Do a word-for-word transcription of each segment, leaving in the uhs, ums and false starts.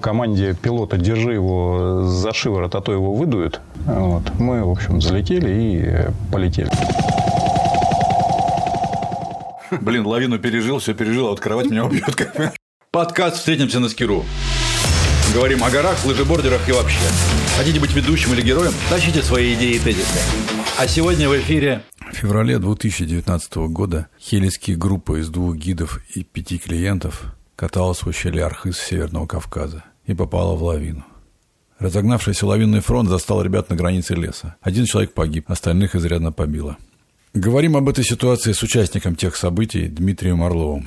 команде пилота «держи его за шиворот, а то его выдуют». Вот. Мы, в общем, залетели и полетели. Блин, лавину пережил, все пережил, а вот кровать меня убьет. Подкаст «Встретимся на Скиру». Говорим о горах, лыжебордерах и вообще. Хотите быть ведущим или героем? Тащите свои идеи и тезисы. А сегодня в эфире... В феврале две тысячи девятнадцатого года хелийские группы из двух гидов и пяти клиентов каталась в ущелье Архыз Северного Кавказа и попала в лавину. Разогнавшийся лавинный фронт застал ребят на границе леса. Один человек погиб, остальных изрядно побило. Говорим об этой ситуации с участником тех событий Дмитрием Орловым.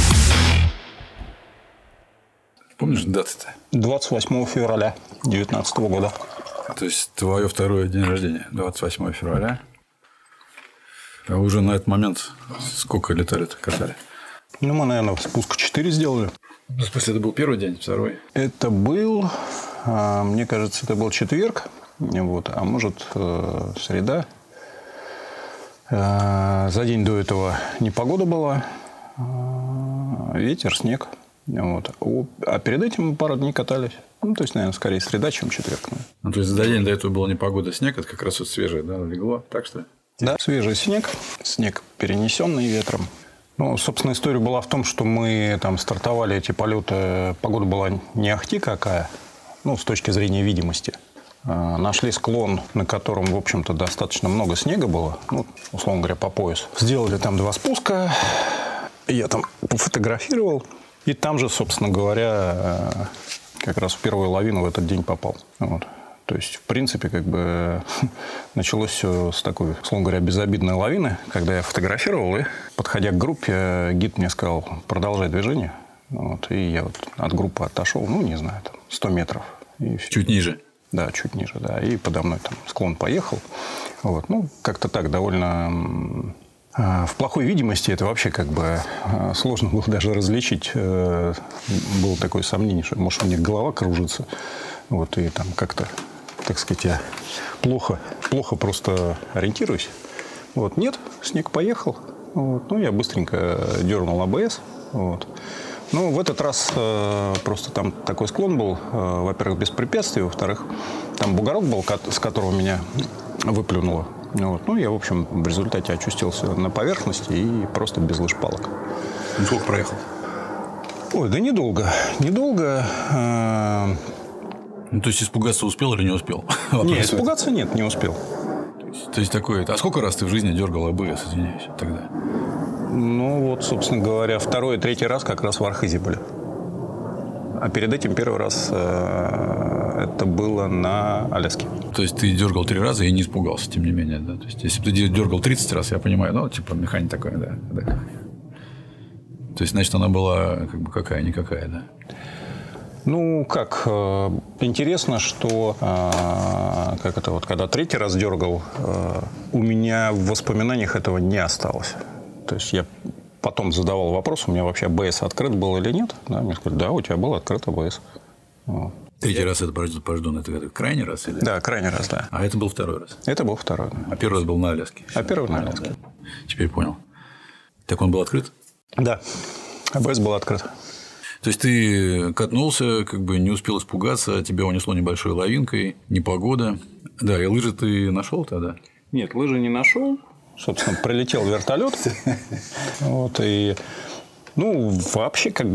Помнишь дату-то? двадцать восьмого февраля две тысячи девятнадцатого года. То есть, твое второе день рождения, двадцать восьмого февраля. А уже на этот момент сколько летали-то, катали? Ну, мы, наверное, спуск четыре сделали. Ну, в смысле, это был первый день, второй? Это был, мне кажется, это был четверг, вот, а может, среда. За день до этого непогода была, ветер, снег. Вот. А перед этим мы пару дней катались. Ну, то есть, наверное, скорее среда, чем четверг. Ну, то есть, за день до этого была непогода, снег, это как раз вот свежее, да, легло, так что ли? Да, свежий снег, снег, перенесенный ветром. Ну, собственно, история была в том, что мы там стартовали эти полеты, погода была не ахти какая, ну, с точки зрения видимости. Нашли склон, на котором, в общем-то, достаточно много снега было, ну, условно говоря, по пояс. Сделали там два спуска, я там пофотографировал. И там же, собственно говоря, как раз в первую лавину в этот день попал. Вот. То есть, в принципе, как бы началось все с такой, условно говоря, безобидной лавины. Когда я фотографировал, и, подходя к группе, гид мне сказал: продолжай движение. Вот. И я вот от группы отошел, ну, не знаю, там, сто метров. И все. Чуть ниже? Да, чуть ниже, да. И подо мной там склон поехал. Вот. Ну, как-то так, довольно... В плохой видимости это вообще как бы сложно было даже различить. Было такое сомнение, что, может, у них голова кружится. Вот, и там как-то, так сказать, я плохо, плохо просто ориентируюсь. Вот, нет, снег поехал. Вот, ну, я быстренько дернул а бэ эс. Вот. Ну, в этот раз э, просто там такой склон был. Э, во-первых, без препятствий. Во-вторых, там бугорок был, с которого меня выплюнуло. Вот. Ну, я, в общем, в результате очутился на поверхности и просто без лыж-палок. Ну, сколько проехал? Ой, да недолго. Недолго. Э... Ну, то есть, испугаться успел или не успел? Нет, испугаться нет, не успел. То есть, то есть такое... А сколько раз ты в жизни дергал а бэ эс, извиняюсь, тогда? Ну, вот, собственно говоря, второй и третий раз как раз в Архызе были. А перед этим первый раз э, это было на Аляске. То есть, ты дергал три раза и не испугался, тем не менее, да? То есть, если бы ты дергал тридцать раз, я понимаю, ну, типа, механик такой, да. да. То есть, значит, она была как бы какая-никакая, да? Ну, как, э, интересно, что э, как это вот, когда третий раз дергал, э, у меня в воспоминаниях этого не осталось. То есть, я потом задавал вопрос, у меня вообще а бэ эс открыт был или нет. Да, мне сказали: да, у тебя был открыт а бэ эс. Вот. Третий я... раз это, пардон, это крайний раз? Или... Да, крайний раз, да. А это был второй раз? Это был второй, да. А первый раз был на Аляске? А первый на Аляске. Да. Теперь понял. Так он был открыт? Да, а бэ эс был открыт. То есть, ты катнулся, как бы не успел испугаться, тебя унесло небольшой лавинкой, непогода. Да, и лыжи ты нашел тогда? Нет, лыжи не нашел. Собственно, прилетел вертолет. Вот, и, ну, вообще, как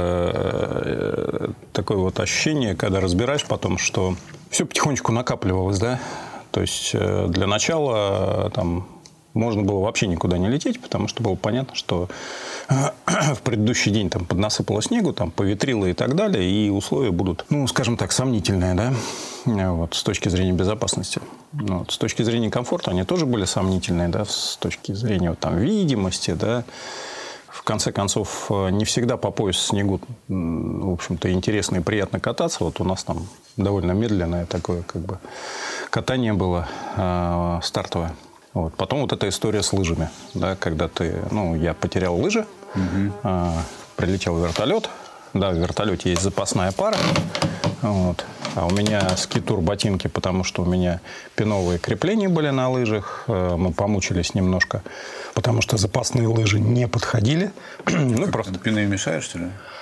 бы, такое вот ощущение, когда разбираешь потом, что все потихонечку накапливалось, да. То есть, для начала там можно было вообще никуда не лететь, потому что было понятно, что в предыдущий день там поднасыпало снегу, там поветрило и так далее, и условия будут, ну, скажем так, сомнительные, да, вот, с точки зрения безопасности. Вот, с точки зрения комфорта они тоже были сомнительные, да, с точки зрения вот, там, видимости, да. В конце концов, не всегда по пояс в снегу, в общем-то, интересно и приятно кататься. Вот у нас там довольно медленное такое, как бы, катание было э, стартовое. Вот. Потом вот эта история с лыжами, да, когда ты, ну, я потерял лыжи, угу. э, прилетел вертолет, да, в вертолете есть запасная пара, вот. А у меня ски-тур ботинки, потому что у меня пеновые крепления были на лыжах, э, мы помучились немножко, потому что запасные лыжи не подходили. Ну, просто пины мешают, что ли?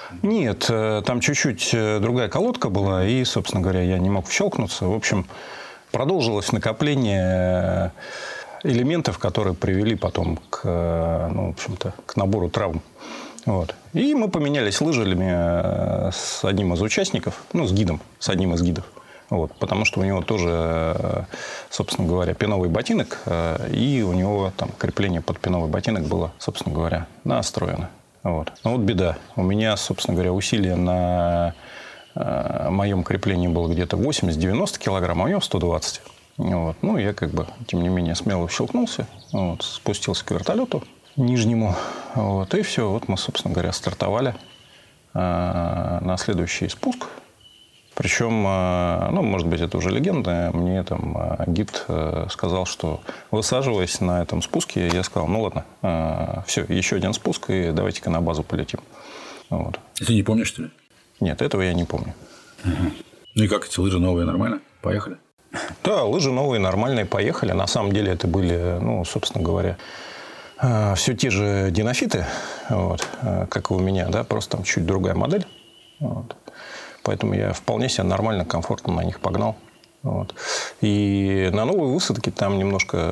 Нет, там чуть-чуть другая колодка была, и, собственно говоря, я не мог вщелкнуться. В общем, продолжилось накопление элементов, которые привели потом к, ну, в общем-то, к набору травм. Вот. И мы поменялись лыжами с одним из участников, ну, с гидом, с одним из гидов. Вот, потому что у него тоже, собственно говоря, пеновый ботинок, и у него там крепление под пеновый ботинок было, собственно говоря, настроено. Вот. Но вот беда. У меня, собственно говоря, усилие на моем креплении было где-то восемьдесят-девяносто килограмм, а у него сто двадцать. Вот. Ну, я как бы, тем не менее, смело щелкнулся, вот, спустился к вертолету нижнему. Вот, и все, вот мы, собственно говоря, стартовали э, на следующий спуск. Причем, э, ну, может быть, это уже легенда, мне там э, гид э, сказал, что, высаживаясь на этом спуске, я сказал, ну, ладно, э, все, еще один спуск, и давайте-ка на базу полетим. Вот. Ты не помнишь, что ли? Нет, этого я не помню. Угу. Ну, и как, эти лыжи новые, нормально? Поехали? Да, лыжи новые, нормальные, поехали. На самом деле, это были, ну, собственно говоря, все те же динофиты, вот, как и у меня, да, просто там чуть другая модель. Вот. Поэтому я вполне себе нормально, комфортно на них погнал. Вот. И на новой высадке там немножко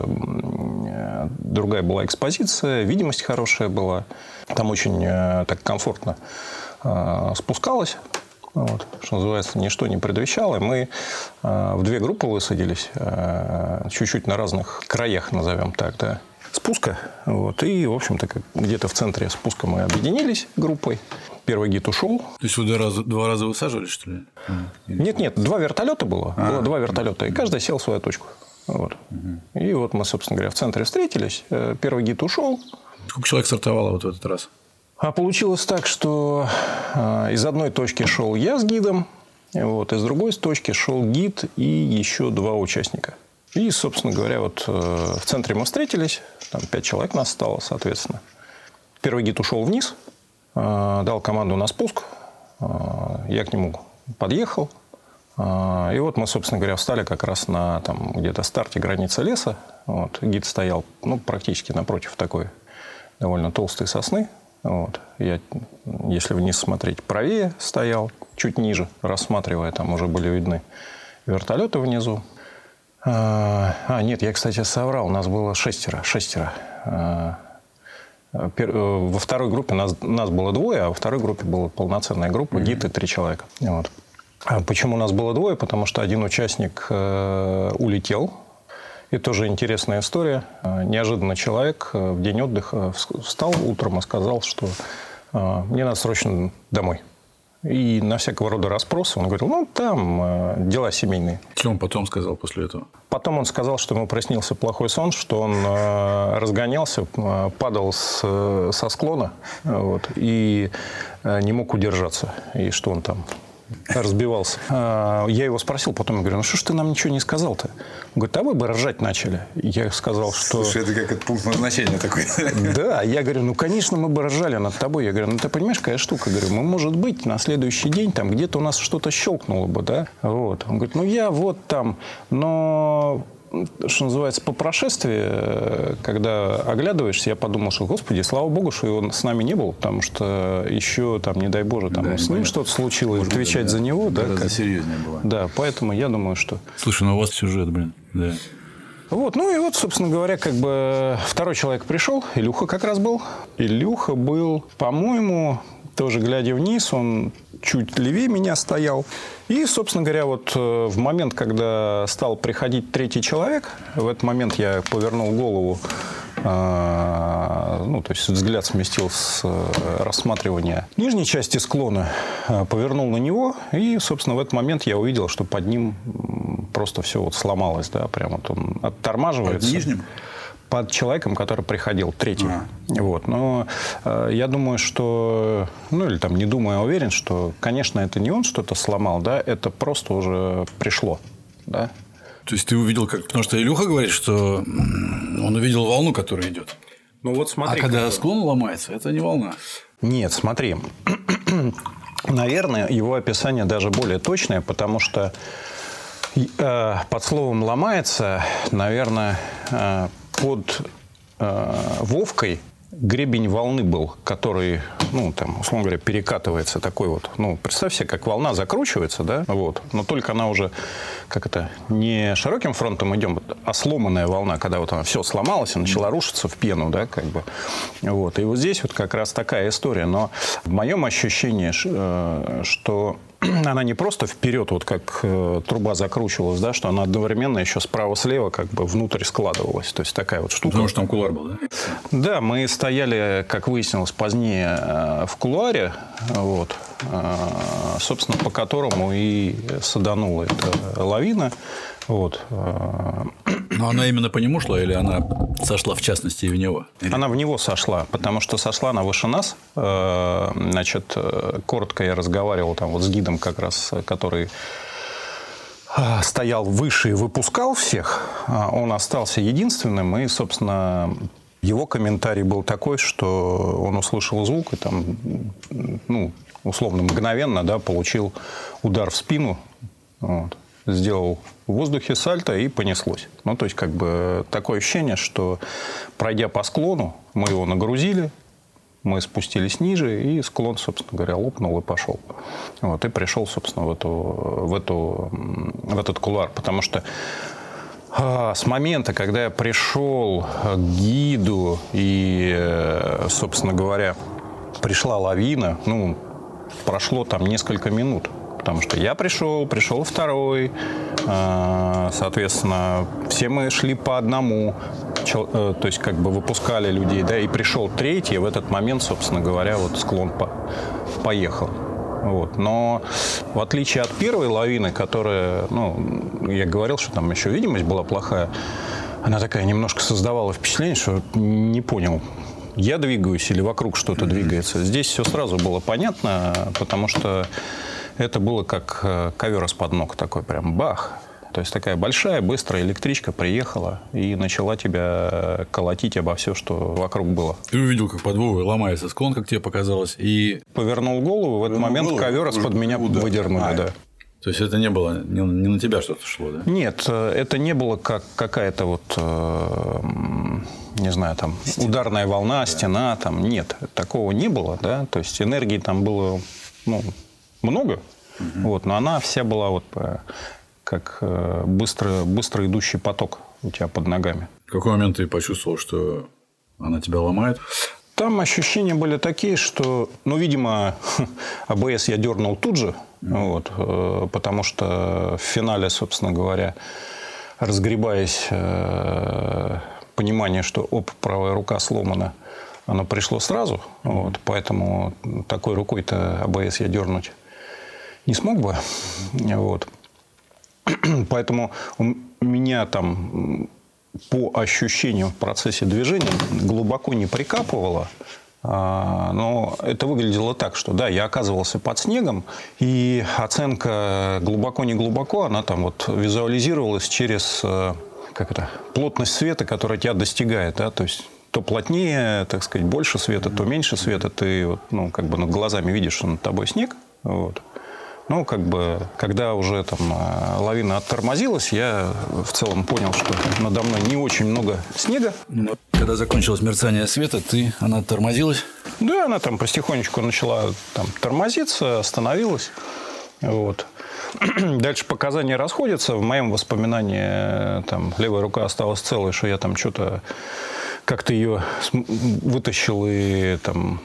другая была экспозиция, видимость хорошая была. Там очень так комфортно спускалось. Вот, что называется, ничто не предвещало. Мы в две группы высадились, чуть-чуть на разных краях, назовем так, да, спуска. Вот, и, в общем-то, где-то в центре спуска мы объединились группой. Первый гид ушел. То есть вы два раза, два раза высаживались, что ли? Нет, нет, два вертолета было. А, было два вертолета, и каждый сел в свою точку. Вот. Угу. И вот мы, собственно говоря, в центре встретились. Первый гид ушел. Сколько человек стартовало вот в этот раз? А получилось так, что из одной точки шел я с гидом, вот, из другой точки шел гид и еще два участника. И, собственно говоря, вот в центре мы встретились, там пять человек нас стало, соответственно. Первый гид ушел вниз, дал команду на спуск, я к нему подъехал. И вот мы, собственно говоря, встали как раз на там, где-то старте границы леса. Вот, гид стоял, ну, практически напротив такой довольно толстой сосны. Вот. Я, если вниз смотреть, правее стоял, чуть ниже, рассматривая, там уже были видны вертолеты внизу. А, а нет, я, кстати, соврал, у нас было шестеро. шестеро. А, пер, во второй группе нас, нас было двое, а во второй группе была полноценная группа, mm-hmm. гид и три человека. Вот. А почему нас было двое? Потому что один участник э, улетел. И тоже интересная история. Неожиданно человек в день отдыха встал утром и сказал, что мне надо срочно домой. И на всякого рода расспросы он говорил, ну, там дела семейные. Что он потом сказал после этого? Потом он сказал, что ему приснился плохой сон, что он разгонялся, падал с, со склона, вот, и не мог удержаться. И что он там... разбивался. Я его спросил, потом я говорю, ну что ж ты нам ничего не сказал-то? Он говорит, а вы бы ржать начали. Я сказал, что... Слушай, это как это пункт назначения такой. Да, я говорю, ну, конечно, мы бы ржали над тобой. Я говорю, ну, ты понимаешь, какая штука? Говорю, мы, может быть, на следующий день там где-то у нас что-то щелкнуло бы, да? Вот. Он говорит, ну, я вот там, но... что называется, по прошествии, когда оглядываешься, я подумал, что, господи, слава богу, что его с нами не было, потому что еще, там, не дай боже, там, да, с ним что-то случилось, может, отвечать да, за него. Да, как... серьезнее было. Да, поэтому я думаю, что... Слушай, ну у вас сюжет, блин, да. Вот, ну и вот, собственно говоря, как бы второй человек пришел, Илюха как раз был. Илюха был, по-моему, тоже глядя вниз, он чуть левее меня стоял. И, собственно говоря, вот в момент, когда стал приходить третий человек, в этот момент я повернул голову, ну, то есть взгляд сместил с рассматривания нижней части склона, повернул на него, и, собственно, в этот момент я увидел, что под ним просто все вот сломалось, да, прям вот он оттормаживается. Под нижним? Под человеком, который приходил, третий. А. Вот. Но э, я думаю, что... Ну, или там не думаю, а уверен, что, конечно, это не он что-то сломал, да, это просто уже пришло, да. То есть, ты увидел, как... Потому что Илюха говорит, что он увидел волну, которая идет. Ну, вот смотри. А когда склон ломается, это не волна. Нет, смотри. Наверное, его описание даже более точное, потому что э, под словом «ломается», наверное... Э, под э, Вовкой гребень волны был, который ну, там, условно говоря, перекатывается такой вот, ну, представь себе, как волна закручивается, да, вот, но только она уже, как это, не широким фронтом идем, а сломанная волна, когда вот она все сломалась и начала рушиться в пену, да, как бы, вот, и вот здесь вот как раз такая история, но в моем ощущении, что она не просто вперед, вот как э, труба закручивалась, да, что она одновременно еще справа-слева как бы внутрь складывалась. То есть такая вот штука. Потому что там кулуар был, да? Да, мы стояли, как выяснилось позднее, э, в кулуаре, вот, э, собственно, по которому и саданула эта лавина. Вот. Но она именно по нему шла или она сошла в частности и в него? Или... Она в него сошла, потому что сошла она выше нас. Значит, коротко я разговаривал там вот с гидом как раз, который стоял выше и выпускал всех. Он остался единственным, и, собственно, его комментарий был такой, что он услышал звук и там, ну, условно, мгновенно, да, получил удар в спину. Вот. Сделал в воздухе сальто и понеслось. Ну, то есть, как бы такое ощущение, что, пройдя по склону, мы его нагрузили, мы спустились ниже, и склон, собственно говоря, лопнул и пошел. Вот, и пришел, собственно, в, эту, в, эту, в этот кулуар. Потому что а, с момента, когда я пришел к гиду и, собственно говоря, пришла лавина, ну, прошло там несколько минут. Потому что я пришел, пришел второй, соответственно, все мы шли по одному, то есть как бы выпускали людей, да, и пришел третий, и в этот момент, собственно говоря, вот склон поехал. Вот. Но в отличие от первой лавины, которая, ну, я говорил, что там еще видимость была плохая, она такая немножко создавала впечатление, что не понял, я двигаюсь или вокруг что-то двигается. Здесь все сразу было понятно, потому что это было как ковер из-под ног такой, прям бах. То есть такая большая, быстрая электричка приехала и начала тебя колотить обо все, что вокруг было. Ты увидел, как под Вовой ломается склон, как тебе показалось, и... Повернул голову, в этот Повернул момент голову, ковер из-под меня удар. выдернули, а, да. То есть это не было, не, не на тебя что-то шло, да? Нет, это не было как какая-то вот, не знаю, там, ударная волна, да. стена, там, нет, такого не было, да, то есть энергии там было, ну, много, угу. вот, но она вся была вот как быстро, быстро идущий поток у тебя под ногами. В какой момент ты почувствовал, что она тебя ломает? Там ощущения были такие, что, ну, видимо, АБС я дернул тут же, mm-hmm. вот, потому что в финале, собственно говоря, разгребаясь, понимание, что, оп, правая рука сломана, оно пришло сразу, mm-hmm. вот, поэтому такой рукой-то АБС я дернуть не смог бы, mm-hmm. вот. Поэтому у меня там по ощущениям в процессе движения глубоко не прикапывало, но это выглядело так, что да, я оказывался под снегом, и оценка глубоко-не глубоко, она там вот визуализировалась через как это, плотность света, которая тебя достигает, да, то есть то плотнее, так сказать, больше света, то меньше света, ты вот, ну, как бы над глазами видишь, что над тобой снег, вот. Ну, как бы, когда уже там лавина оттормозилась, я в целом понял, что надо мной не очень много снега. Ну, когда закончилось мерцание света, ты, она оттормозилась? Да, она там потихонечку начала там тормозиться, остановилась. Вот. Дальше показания расходятся. В моем воспоминании там левая рука осталась целой, что я там что-то как-то ее вытащил и там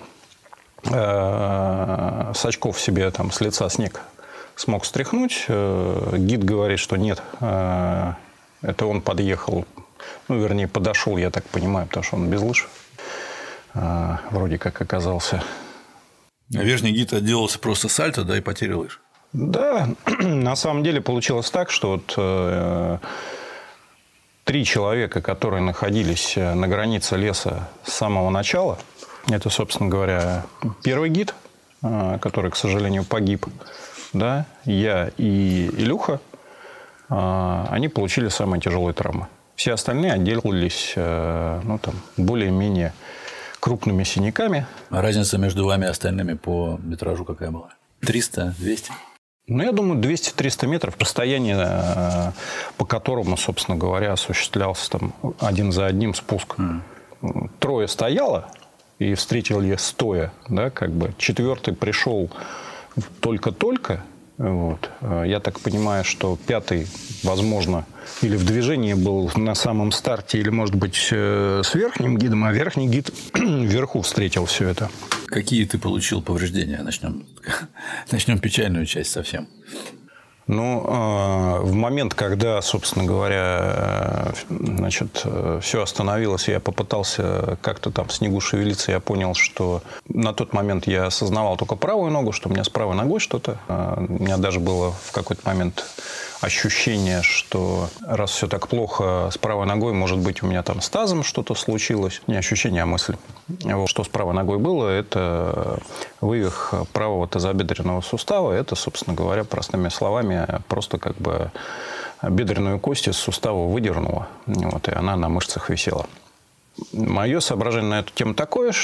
э, с очков себе там с лица снег смог стряхнуть. Гид говорит, что нет, это он подъехал, ну, вернее, подошел, я так понимаю, потому что он без лыж вроде как оказался. А верхний гид отделался просто сальто, да, и потерял лыж? Да, на самом деле получилось так, что вот э, три человека, которые находились на границе леса с самого начала, это, собственно говоря, первый гид, э, который, к сожалению, погиб, да, я и Илюха, э, они получили самые тяжелые травмы. Все остальные отделались э, ну, там, более-менее крупными синяками. А разница между вами и остальными по метражу какая была? триста, двести? Ну, я думаю, двести-триста метров. Расстояние, по которому, собственно говоря, осуществлялся там один за одним спуск. Mm. Трое стояло, и встретили стоя. Да, как бы. Четвертый пришел только-только. Вот. Я так понимаю, что пятый, возможно, или в движении был на самом старте, или, может быть, с верхним гидом, а верхний гид вверху встретил все это. Какие ты получил повреждения? Начнем, Начнем печальную часть совсем. Ну, в момент, когда, собственно говоря, значит, все остановилось, я попытался как-то там в снегу шевелиться, я понял, что на тот момент я осознавал только правую ногу, что у меня с правой ногой что-то. У меня даже было в какой-то момент ощущение, что раз все так плохо с правой ногой, может быть, у меня там с тазом что-то случилось. Не ощущение, а мысль. Что с правой ногой было, это вывих правого тазобедренного сустава. Это, собственно говоря, простыми словами, просто как бы бедренную кость из сустава выдернула. Вот, и она на мышцах висела. Мое соображение на эту тему такое,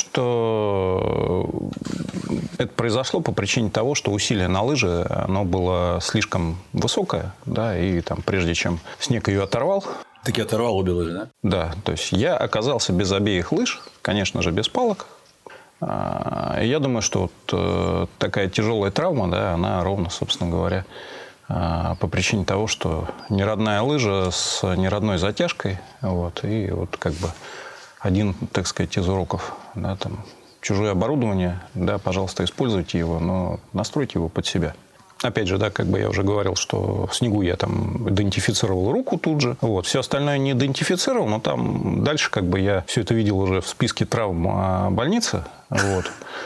что это произошло по причине того, что усилие на лыже, оно было слишком высокое, да, и там, прежде чем снег ее оторвал... Таки оторвал обе лыжи, да? Да, то есть я оказался без обеих лыж, конечно же, без палок. Я думаю, что вот такая тяжелая травма, да, она ровно, собственно говоря, по причине того, что неродная лыжа с неродной затяжкой, вот, и вот как бы один, так сказать, из уроков, да, там, чужое оборудование, да, пожалуйста, используйте его, но настройте его под себя. Опять же, да, как бы я уже говорил, что в снегу я там идентифицировал руку тут же. Вот. Все остальное не идентифицировал, но там дальше как бы я все это видел уже в списке травм больницы. Вот.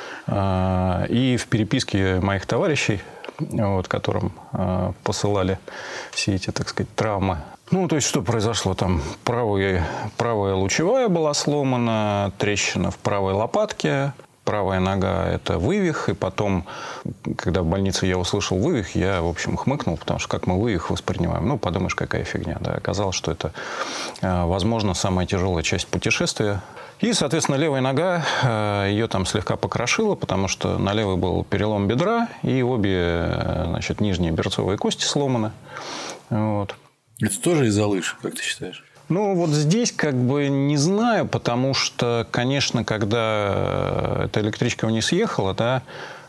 И в переписке моих товарищей, вот, которым посылали все эти, так сказать, травмы. Ну, то есть, что произошло там? Правая, правая лучевая была сломана, трещина в правой лопатке. Правая нога – это вывих, и потом, когда в больнице я услышал вывих, я, в общем, хмыкнул, потому что как мы вывих воспринимаем? Ну, подумаешь, какая фигня. Да? Оказалось, что это, возможно, самая тяжелая часть путешествия. И, соответственно, левая нога, ее там слегка покрошила, потому что на левой был перелом бедра, и обе, значит, нижние берцовые кости сломаны. Вот. Это тоже из-за лыж, как ты считаешь? Ну, вот здесь как бы не знаю, потому что, конечно, когда эта электричка вниз ехала, да,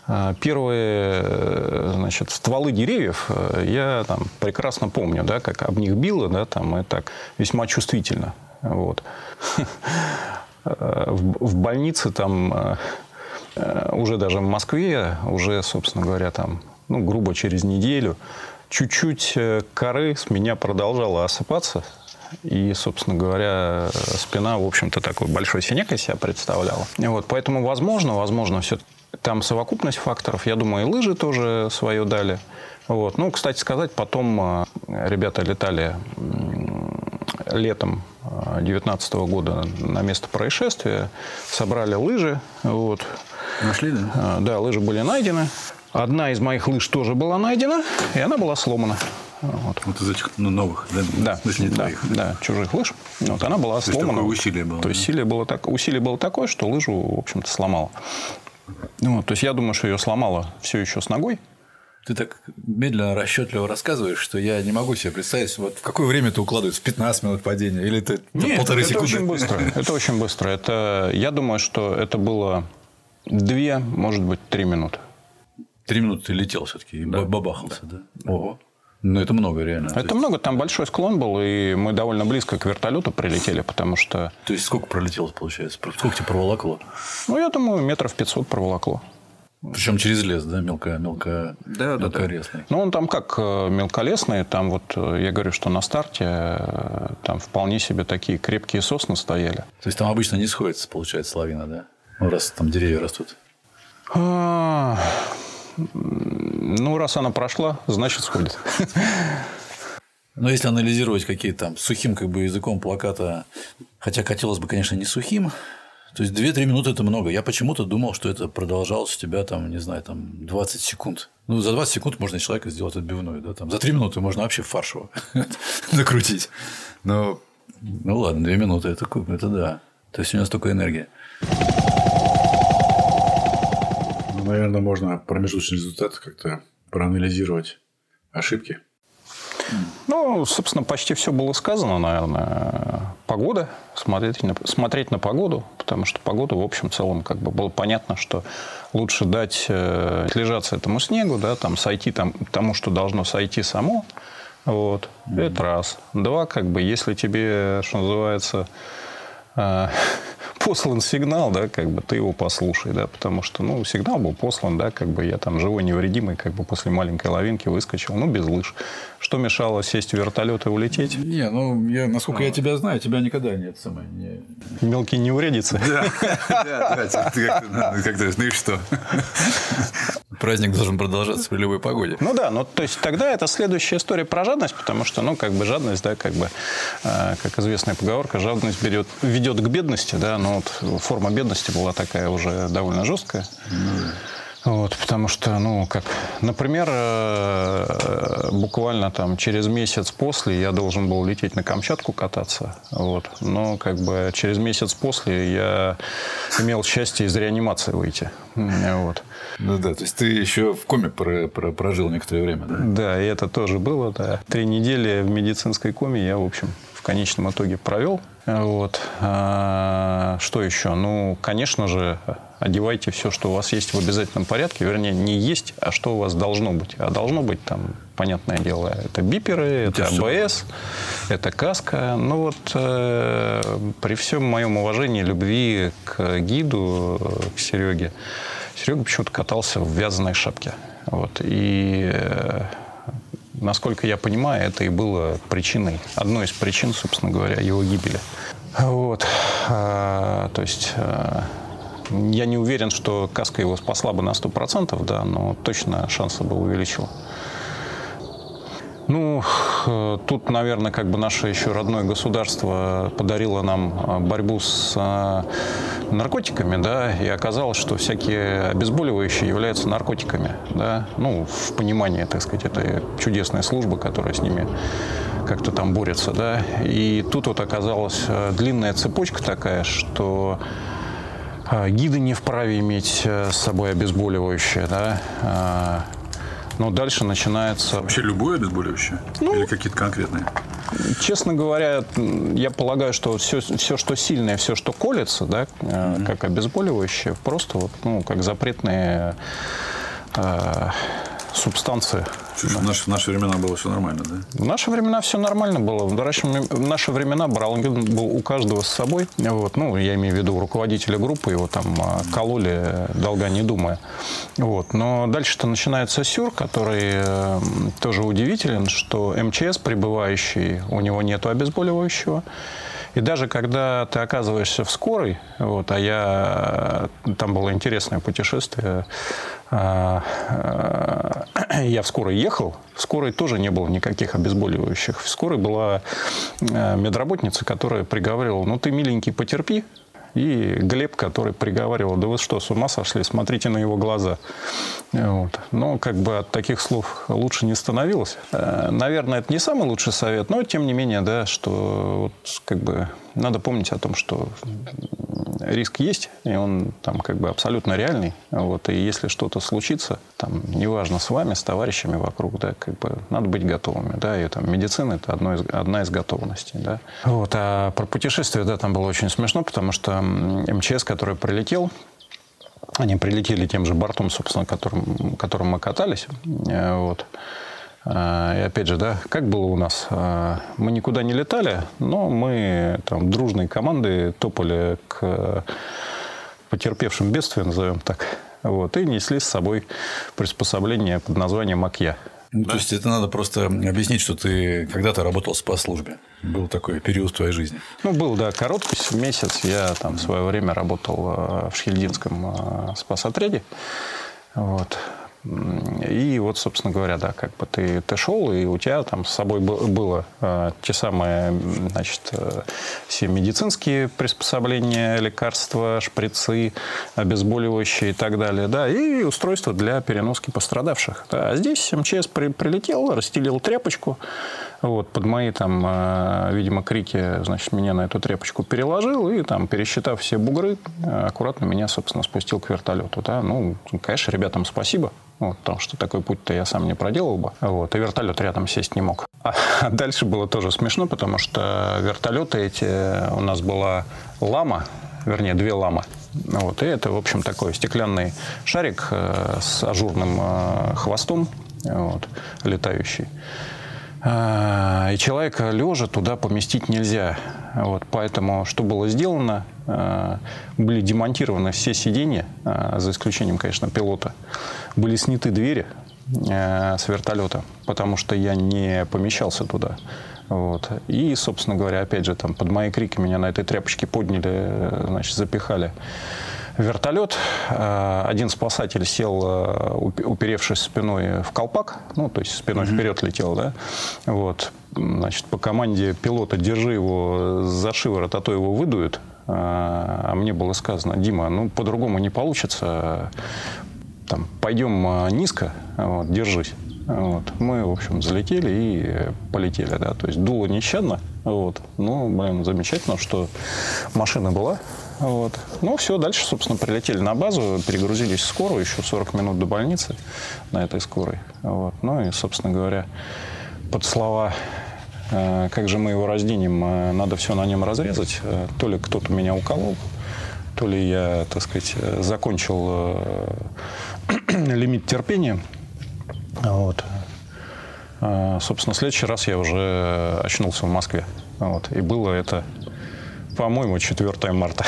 первые, значит, стволы деревьев я там прекрасно помню, да, как об них било, да, там, и так весьма чувствительно. Вот. В больнице там уже даже в Москве, уже, собственно говоря, там, ну, грубо через неделю, чуть-чуть коры с меня продолжала осыпаться. И, собственно говоря, спина, в общем-то, такой большой синяк из себя представляла. Вот, поэтому, возможно, возможно, все там совокупность факторов. Я думаю, и лыжи тоже свое дали. Вот. Ну, кстати сказать, потом ребята летали летом две тысячи девятнадцатого года на место происшествия, собрали лыжи. Вот. Нашли, да? Да, лыжи были найдены. Одна из моих лыж тоже была найдена, и она была сломана. Вот, вот из этих, ну, новых, да? Да, в смысле, не да, твоих. Да, чужих лыж. Вот, она была то сломана. Есть такое усилие было. То есть, да? усилие было, так, усилие было такое, что лыжу, в общем-то, сломало. Вот, то есть, я думаю, что ее сломало все еще с ногой. Ты так медленно, расчетливо рассказываешь, что я не могу себе представить, вот в какое время ты укладываешь? В пятнадцать минут падения? Или это Нет, полторы это секунды? очень быстро. Это очень быстро. Это, я думаю, что это было две, может быть, три минуты. Три минуты ты летел все-таки и да. бабахался, да? да? Ого. Ну, это много, реально. Это есть... много. Там большой склон был, и мы довольно близко к вертолету прилетели, потому что... То есть, сколько пролетело, получается? Сколько тебе проволокло? Ну, я думаю, метров пятьсот проволокло. Причем через лес, да, мелко, мелко, да, мелколесный. Да, да. Ну, он там как мелколесный, там вот, я говорю, что на старте там вполне себе такие крепкие сосны стояли. То есть, там обычно не сходится, получается, лавина, да? Ну, раз там деревья растут. А... Ну, раз она прошла, значит, сходит. Но если анализировать какие-то там сухим как бы языком плаката, хотя хотелось бы, конечно, не сухим, то есть две-три минуты – это много. Я почему-то думал, что это продолжалось у тебя, там, не знаю, там, двадцать секунд. Ну, за двадцать секунд можно из человека сделать отбивную. Да? Там, за три минуты можно вообще фарш его накрутить. Но, ну, ладно, две минуты – это, это да. То есть, у него столько энергии. Ну, наверное, можно промежуточный результат как-то проанализировать ошибки. Ну, собственно, почти все было сказано, наверное. Погода. смотреть на, смотреть на погоду, потому что погода, в общем, в целом, как бы было понятно, что лучше дать э, отлежаться этому снегу, да, там, сойти там, тому, что должно сойти само. Вот. Mm-hmm. Это раз. Два, как бы, если тебе, что называется, э, послан сигнал, да, как бы ты его послушай, да, потому что, ну, сигнал был послан, да, как бы я там живой, невредимый, как бы после маленькой лавинки выскочил, ну, без лыж. Что мешало сесть в вертолет и улететь? Не, ну, я, насколько а. я тебя знаю, тебя никогда нет самое. Не... Мелкие неуредицы. Да, да, да. Ты как-то, ну и что? Праздник должен продолжаться при любой погоде. Ну да, ну то есть тогда это следующая история про жадность, потому что, ну, как бы жадность, да, как бы, как известная поговорка, жадность берет, ведет к бедности, да, но вот форма бедности была такая уже довольно жесткая. Вот, потому что, ну, как, например, буквально там через месяц после я должен был лететь на Камчатку кататься, вот, но как бы через месяц после я имел счастье из реанимации выйти, вот. Ну да, то есть ты еще в коме про, про, прожил некоторое время, да? Да, и это тоже было, да. Три недели в медицинской коме я, в общем, в конечном итоге провел. Вот. А, что еще? Ну, конечно же, одевайте все, что у вас есть в обязательном порядке. Вернее, не есть, а что у вас должно быть. А должно быть там, понятное дело, это биперы, это АБС, это каска. Ну вот э, при всем моем уважении, любви к гиду, к Сереге, Серега почему-то катался в вязаной шапке. Вот. И э, насколько я понимаю, это и было причиной, одной из причин, собственно говоря, его гибели. Вот. А, то есть а, я не уверен, что каска его спасла бы на сто процентов, да, но точно шансы бы увеличила. Ну, тут, наверное, как бы наше еще родное государство подарило нам борьбу с наркотиками, да, и оказалось, что всякие обезболивающие являются наркотиками, да, ну, в понимании, так сказать, это чудесная служба, которая с ними как-то там борется, да, и тут вот оказалась длинная цепочка такая, что гиды не вправе иметь с собой обезболивающее, да. Но дальше начинается... Вообще любое обезболивающее? Ну, или какие-то конкретные? Честно говоря, я полагаю, что все, все что сильное, все, что колется, да, mm-hmm. как обезболивающее, просто вот, ну, как запретные э, субстанции. Слушай, в, наши, в наши времена было все нормально, да? В наши времена все нормально было. В наши, в наши времена Браунгин был у каждого с собой. Вот. Ну, я имею в виду руководителя группы, его там кололи, долга не думая. Вот. Но дальше-то начинается сюр, который тоже удивителен, что МЧС, прибывающий, у него нету обезболивающего. И даже когда ты оказываешься в скорой, вот, а я, там было интересное путешествие, я в скорой ехал, в скорой тоже не было никаких обезболивающих. В скорой была медработница, которая приговаривала: ну ты, миленький, потерпи. И Глеб, который приговаривал: да вы что, с ума сошли, смотрите на его глаза. Вот. Но как бы от таких слов лучше не становилось. Наверное, это не самый лучший совет, но тем не менее, да, что вот, как бы, надо помнить о том, что риск есть, и он там как бы абсолютно реальный. Вот. И если что-то случится, там, неважно, с вами, с товарищами вокруг, да, как бы надо быть готовыми. Да, и там медицина – это одно из, одна из готовностей. Да. Вот. А про путешествие, да, там было очень смешно, потому что МЧС, который прилетел, они прилетели тем же бортом, собственно, которым, которым мы катались. Вот. И опять же, да, как было у нас? Мы никуда не летали, но мы там дружной командой топали к потерпевшим бедствия, назовем так, вот, и несли с собой приспособление под названием «Акья». Ну, да? То есть это надо просто объяснить, что ты когда-то работал в спецслужбе. Был такой период в твоей жизни. Ну, был, да, короткий месяц. Я там в свое время работал в Шхельдинском спасотряде. Вот. И вот, собственно говоря, да, как бы ты, ты шел, и у тебя там с собой было э, те самые, значит, э, все медицинские приспособления, лекарства, шприцы, обезболивающие и так далее, да, и устройства для переноски пострадавших. Да. А здесь МЧС при, прилетел, расстелил тряпочку, Вот, под мои там, видимо, крики, значит, меня на эту тряпочку переложил и там, пересчитав все бугры, аккуратно меня, собственно, спустил к вертолету. Да? Ну, конечно, ребятам спасибо. Вот, потому что такой путь-то я сам не проделал бы. Вот, и вертолет рядом сесть не мог. А, а дальше было тоже смешно, потому что вертолеты эти... У нас была лама, вернее, две ламы. Вот, и это, в общем, такой стеклянный шарик э, с ажурным э, хвостом, вот, летающий. И человека лежа туда поместить нельзя. Вот, поэтому что было сделано? Были демонтированы все сиденья, за исключением, конечно, пилота. Были сняты двери с вертолета, потому что я не помещался туда. Вот. И, собственно говоря, опять же, там, под мои крики меня на этой тряпочке подняли, значит, запихали в вертолет. Один спасатель сел, уперевшись спиной в колпак, ну, то есть спиной mm-hmm. вперед летел, да, вот, значит, по команде пилота «держи его за шиворот, а то его выдует». А мне было сказано: Дима, ну, по-другому не получится, там, пойдем низко, вот, держись. Вот. Мы, в общем, залетели и полетели, да, то есть дуло нещадно, вот, ну, блин, замечательно, что машина была. Вот. Ну, все, дальше, собственно, прилетели на базу, перегрузились в скорую, еще сорок минут до больницы на этой скорой. Вот. Ну и, собственно говоря, под слова э, «как же мы его разденем, э, надо все на нем разрезать», э, то ли кто-то меня уколол, то ли я, так сказать, закончил э, лимит терпения. Вот. Э, собственно, в следующий раз я уже очнулся в Москве. Вот. И было это... По-моему, четвёртое марта.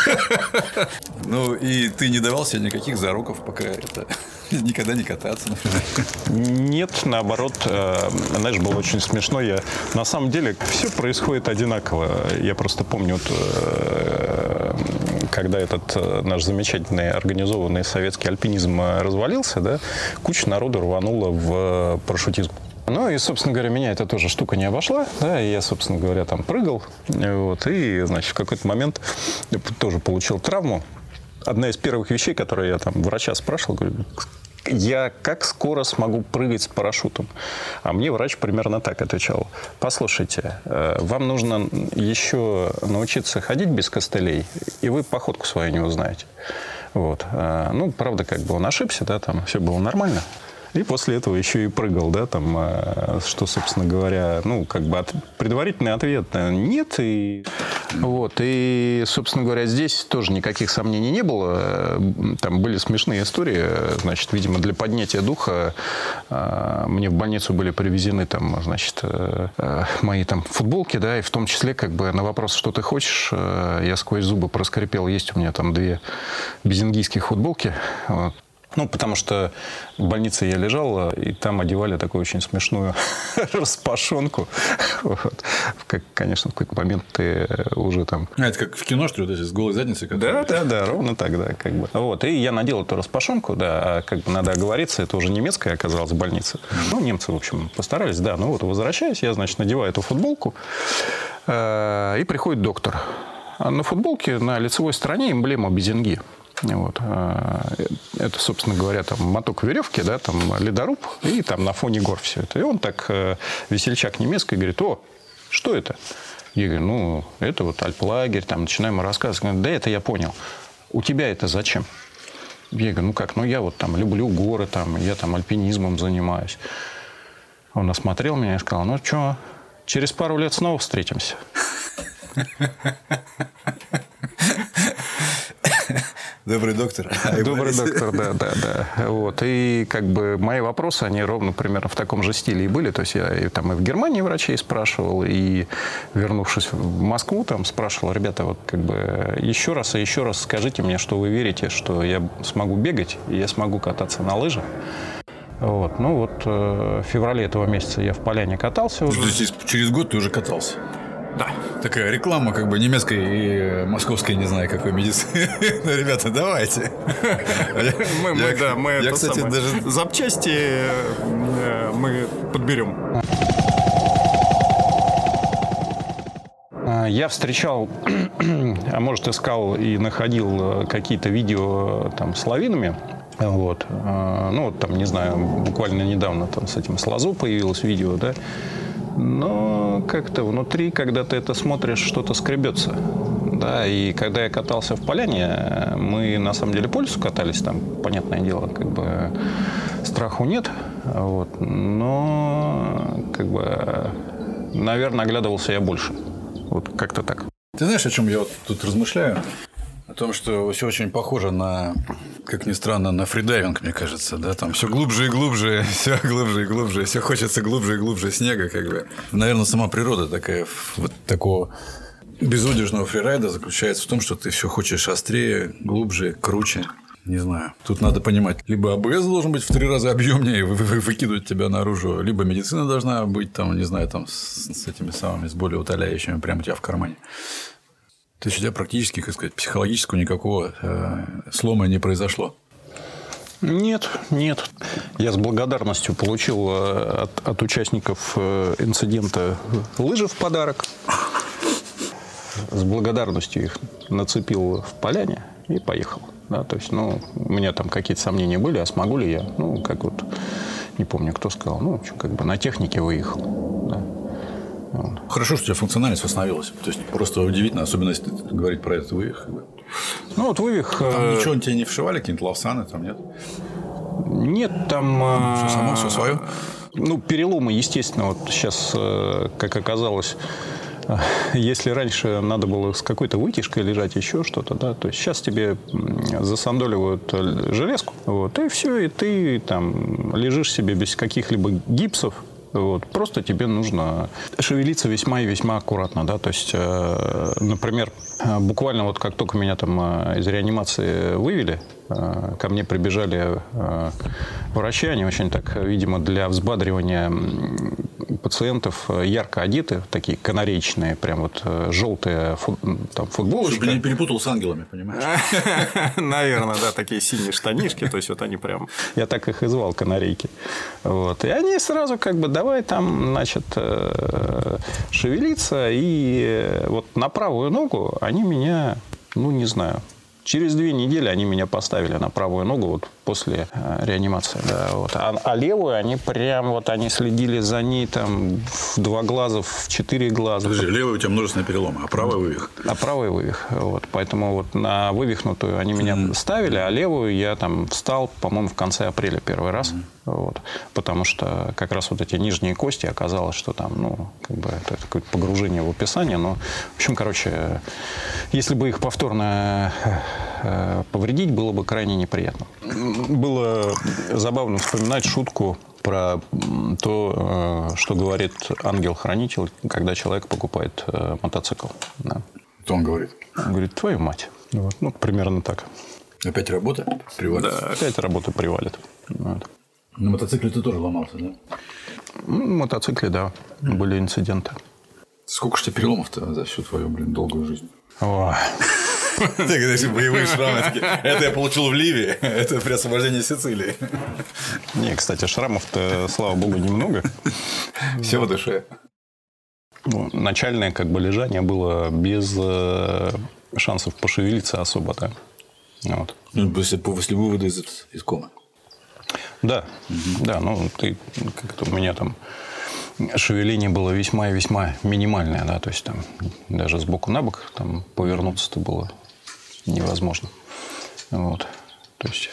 Ну, и ты не давал себе никаких зароков, пока это... Никогда не кататься, например? Нет, наоборот. Знаешь, было очень смешно. Я... На самом деле, все происходит одинаково. Я просто помню, вот, когда этот наш замечательный организованный советский альпинизм развалился, да, куча народу рванула в парашютизм. Ну и, собственно говоря, меня эта тоже штука не обошла, да, и я, собственно говоря, там прыгал, вот, и, значит, в какой-то момент тоже получил травму. Одна из первых вещей, которые я там врача спрашивал, говорю: я как скоро смогу прыгать с парашютом? А мне врач примерно так отвечал: послушайте, вам нужно еще научиться ходить без костылей, и вы походку свою не узнаете. Вот. Ну, правда, как бы он ошибся, да, там все было нормально. И после этого еще и прыгал, да, там, что, собственно говоря, ну, как бы от, предварительный ответ нет. И, вот, и, собственно говоря, здесь тоже никаких сомнений не было. Там были смешные истории. Значит, видимо, для поднятия духа мне в больницу были привезены, там, значит, мои там футболки, да, и в том числе, как бы, на вопрос, что ты хочешь, я сквозь зубы проскрипел: есть у меня там две безингийские футболки. Вот. Ну, потому что в больнице я лежал, и там одевали такую очень смешную распашонку. Вот. Как, конечно, в какой-то момент ты уже там... А, это как в кино, что ли, с голой задницей? Да, да, да, ровно так, да, как бы. Вот, и я надел эту распашонку, да, а как бы надо оговориться, это уже немецкая оказалась больница. Ну, немцы, в общем, постарались, да. Ну, вот, возвращаюсь, я, значит, надеваю эту футболку, э- и приходит доктор. А на футболке на лицевой стороне эмблема Безинги. Вот. Это, собственно говоря, там моток веревки, да, там ледоруб, и там на фоне гор все это. И он так, весельчак немецкий, говорит: о, что это? Я говорю: ну, это вот альплагерь, там начинаем рассказывать. Говорит: да, это я понял. У тебя это зачем? Я говорю: ну как, ну я вот там люблю горы, там, я там альпинизмом занимаюсь. Он осмотрел меня и сказал: ну что, через пару лет снова встретимся. Добрый доктор. Добрый доктор, да, да, да. Вот. И как бы мои вопросы, они ровно примерно в таком же стиле и были. То есть я и, там, и в Германии врачей спрашивал, и, вернувшись в Москву, там спрашивал: ребята, вот как бы еще раз и еще раз скажите мне, что вы верите, что я смогу бегать, и я смогу кататься на лыжах. Вот. Ну вот э, в феврале этого месяца я в Поляне катался. Уже. Здесь через год ты уже катался? Да. Такая реклама как бы немецкой и московской, не знаю, какой медицины. Ребята, давайте. Мы, мы, да, мы я, кстати, самое, даже... запчасти мы подберем. Я встречал, а может, искал и находил какие-то видео там с лавинами. Вот. Ну, вот там, не знаю, буквально недавно там с этим с Лазо появилось видео, да. но как-то внутри, когда ты это смотришь, что-то скребется. Да, и когда я катался в Поляне, мы на самом деле по лесу катались, там, понятное дело, как бы страху нет, вот, но как бы, наверное, оглядывался я больше. Вот как-то так. Ты знаешь, о чем я вот тут размышляю? О том, что все очень похоже на, как ни странно, на фридайвинг, мне кажется, да, там все глубже и глубже, все глубже и глубже, все хочется глубже и глубже снега, как бы. Наверное, сама природа такая, вот такого безудержного фрирайда заключается в том, что ты все хочешь острее, глубже, круче. Не знаю. Тут надо понимать, либо АБС должен быть в три раза объемнее и выкидывать тебя наружу, либо медицина должна быть там, не знаю, там с, с этими самыми, с болеутоляющими прямо у тебя в кармане. То есть у тебя практически, как сказать, психологического никакого э, слома не произошло. Нет, нет. Я с благодарностью получил от, от участников инцидента лыжи в подарок. С благодарностью их нацепил в Поляне и поехал. Да, то есть, ну, у меня там какие-то сомнения были, а смогу ли я? Ну, как вот, не помню, кто сказал, ну, в общем, как бы на технике выехал. Да. Вот. Хорошо, что у тебя функциональность восстановилась. То есть, просто удивительно, особенно если говорить про этот вывих. Ну, вот вывих... Там э... ничего тебе не вшивали, какие-то лавсаны там нет? Нет, там... Все само, все свое? Ну, переломы, естественно, вот сейчас, как оказалось... Если раньше надо было с какой-то вытяжкой лежать, еще что-то, да, то есть сейчас тебе засандоливают железку, вот, и все, и ты там лежишь себе без каких-либо гипсов. Вот. Просто тебе нужно шевелиться весьма и весьма аккуратно. Да? То есть, э, например, буквально вот как только меня там из реанимации вывели, э, ко мне прибежали э, врачи, они очень так, видимо, для взбадривания пациентов ярко одеты, такие канареечные, прям вот желтые фут, там, футболочки. Чтобы не перепутал с ангелами, понимаешь? Наверное, да, такие синие штанишки, то есть вот они прям, я так их и звал, канарейки. Вот. И они сразу как бы давай там, значит, шевелиться, и вот на правую ногу они меня, ну, не знаю, через две недели они меня поставили на правую ногу вот после э, реанимации. Да, вот. а, а левую они прям вот они следили за ней там в два глаза, в четыре глаза. Подожди, левая у тебя множественные переломы, а правый вывих? А правый вывих. Вот. Поэтому вот на вывихнутую они меня mm. ставили, а левую я там встал, по-моему, в конце апреля первый раз. Mm. Вот. Потому что как раз вот эти нижние кости оказалось, что там, ну, как бы это какое-то погружение в описание. Но, в общем, короче, если бы их повторно э, повредить, было бы крайне неприятно. Было забавно вспоминать шутку про то, что говорит ангел-хранитель, когда человек покупает мотоцикл. Да. Что он говорит? Он говорит, твою мать. Вот. Ну, примерно так. Опять работа привалит? Да, опять работа привалит. Вот. На мотоцикле ты тоже ломался, да? На мотоцикле, да. Mm. Были инциденты. Сколько же тебе переломов-то за всю твою, блин, долгую жизнь? О. Боевые шрамы. Это я получил в Ливии. Это при освобождении Сицилии. Не, кстати, шрамов-то, слава богу, немного. Все в душе. Начальное как бы лежание было без шансов пошевелиться особо, да. Вот. Ну, после, после вывода из, из комы. Да, угу. да, ну ты как-то у меня там шевеление было весьма и весьма минимальное, да, то есть там даже сбоку на бок там повернуться-то было невозможно. Вот. То есть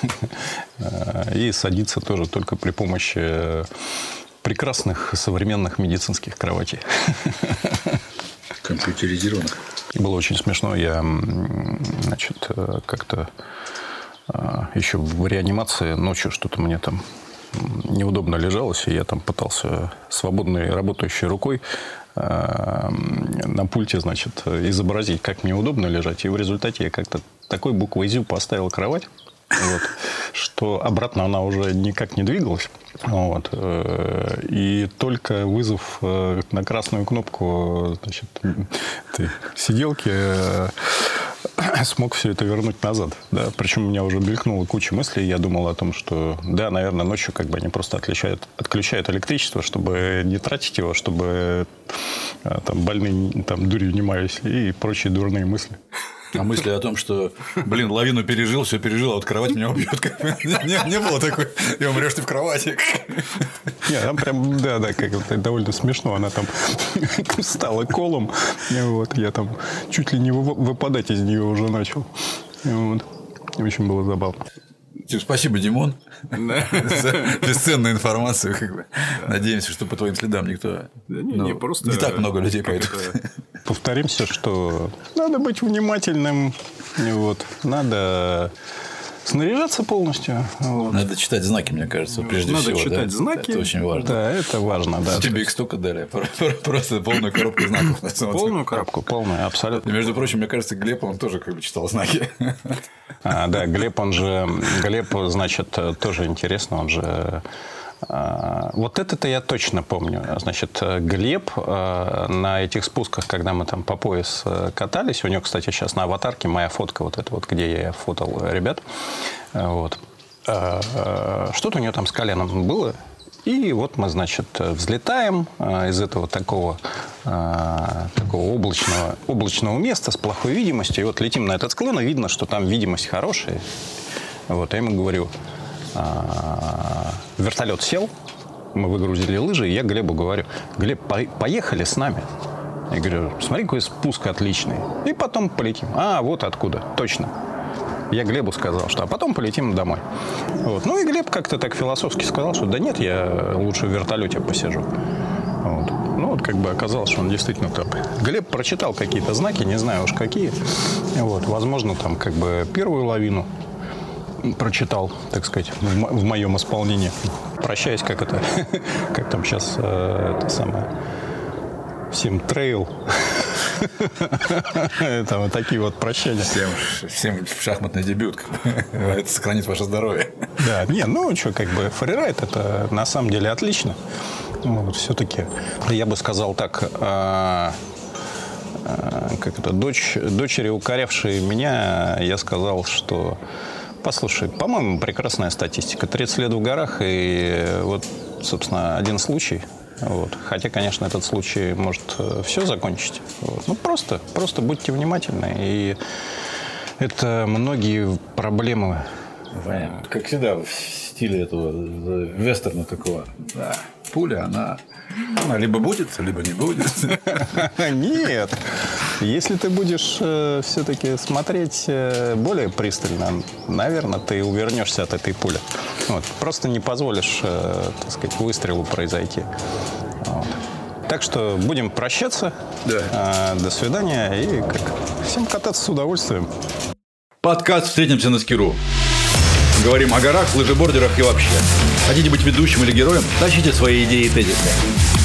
и садиться тоже только при помощи прекрасных современных медицинских кроватей. Компьютеризированных. Было очень смешно. Я, значит, как-то еще в реанимации ночью что-то мне там неудобно лежалось, и я там пытался свободной работающей рукой э, на пульте, значит, изобразить, как мне удобно лежать. И в результате я как-то такой буквой «зю» поставил кровать, вот, что обратно она уже никак не двигалась. Вот, э, и только вызов э, на красную кнопку, значит, этой сиделки э, смог все это вернуть назад. Да? Причем у меня уже мелькнула куча мыслей. Я думал о том, что да, наверное, ночью как бы они просто отключают, отключают электричество, чтобы не тратить его, чтобы там, больные там, дурью не маялись и прочие дурные мысли. А мысли о том, что, блин, лавину пережил, все пережил, а вот кровать меня убьет. Не, не было такой, и умрешь ты в кровати. Нет, там прям, да, да, как-то довольно смешно. Она там стала колом. Вот, я там чуть ли не выпадать из нее уже начал. Вот. Очень было забавно. Спасибо, Димон, за бесценную информацию. Как бы. Надеемся, что по твоим следам никто... Да не, ну, не, просто не так много людей пойдут. Это... Повторимся, что надо быть внимательным. Вот. Надо снаряжаться полностью. Вот. Надо читать знаки, мне кажется, прежде надо всего. Надо читать да? знаки. Это очень важно. Да, это важно. Да. Тебе их столько дали. Просто полную коробку знаков. Полную коробку, полную, абсолютно. И, между прочим, мне кажется, Глеб, он тоже как бы читал знаки. А, да, Глеб, он же... Глеб, значит, тоже интересно, он же... Вот это-то я точно помню. Значит, Глеб на этих спусках, когда мы там по пояс катались, у него, кстати, сейчас на аватарке моя фотка вот эта вот, где я фотал ребят. Вот. Что-то у него там с коленом было. И вот мы, значит, взлетаем из этого такого, такого облачного, облачного места с плохой видимостью. И вот летим на этот склон, и видно, что там видимость хорошая. Вот, я ему говорю... Вертолет сел, мы выгрузили лыжи, и я Глебу говорю: Глеб, поехали с нами. Я говорю: смотри, какой спуск отличный. И потом полетим. А, вот откуда, точно. Я Глебу сказал, что а потом полетим домой. Вот. Ну и Глеб как-то так философски сказал, что да нет, я лучше в вертолете посижу. Вот. Ну вот как бы оказалось, что он действительно там. Глеб прочитал какие-то знаки, не знаю уж какие. Вот. Возможно, там как бы первую лавину прочитал, так сказать, в, в моем исполнении. Прощаясь, как это, как там сейчас э, это самое, всем трейл. Там вот такие вот прощания. Всем, всем шахматный дебют. Это сохранит ваше здоровье. Да, не, ну что, как бы фрирайд это на самом деле отлично. Вот, все-таки я бы сказал так. Э, э, как это, дочь, дочери, укорявшие меня, я сказал, что послушай, по-моему, прекрасная статистика. тридцать лет в горах, и вот, собственно, один случай. Вот. Хотя, конечно, этот случай может все закончить. Вот. Ну, просто, просто будьте внимательны. И это многие проблемы. Понятно. Как всегда, в стиле этого вестерна такого. Да. Пуля, она... Она либо будет, либо не будет. Нет. Если ты будешь э, все-таки смотреть э, более пристально, наверное, ты увернешься от этой пули. Вот. Просто не позволишь, э, так сказать, выстрелу произойти. Вот. Так что будем прощаться. Да. Э, до свидания. И как, всем кататься с удовольствием. Подкаст «Встретимся на Скиру». Говорим о горах, лыжебордерах и вообще. Хотите быть ведущим или героем? Тащите свои идеи и тезисы.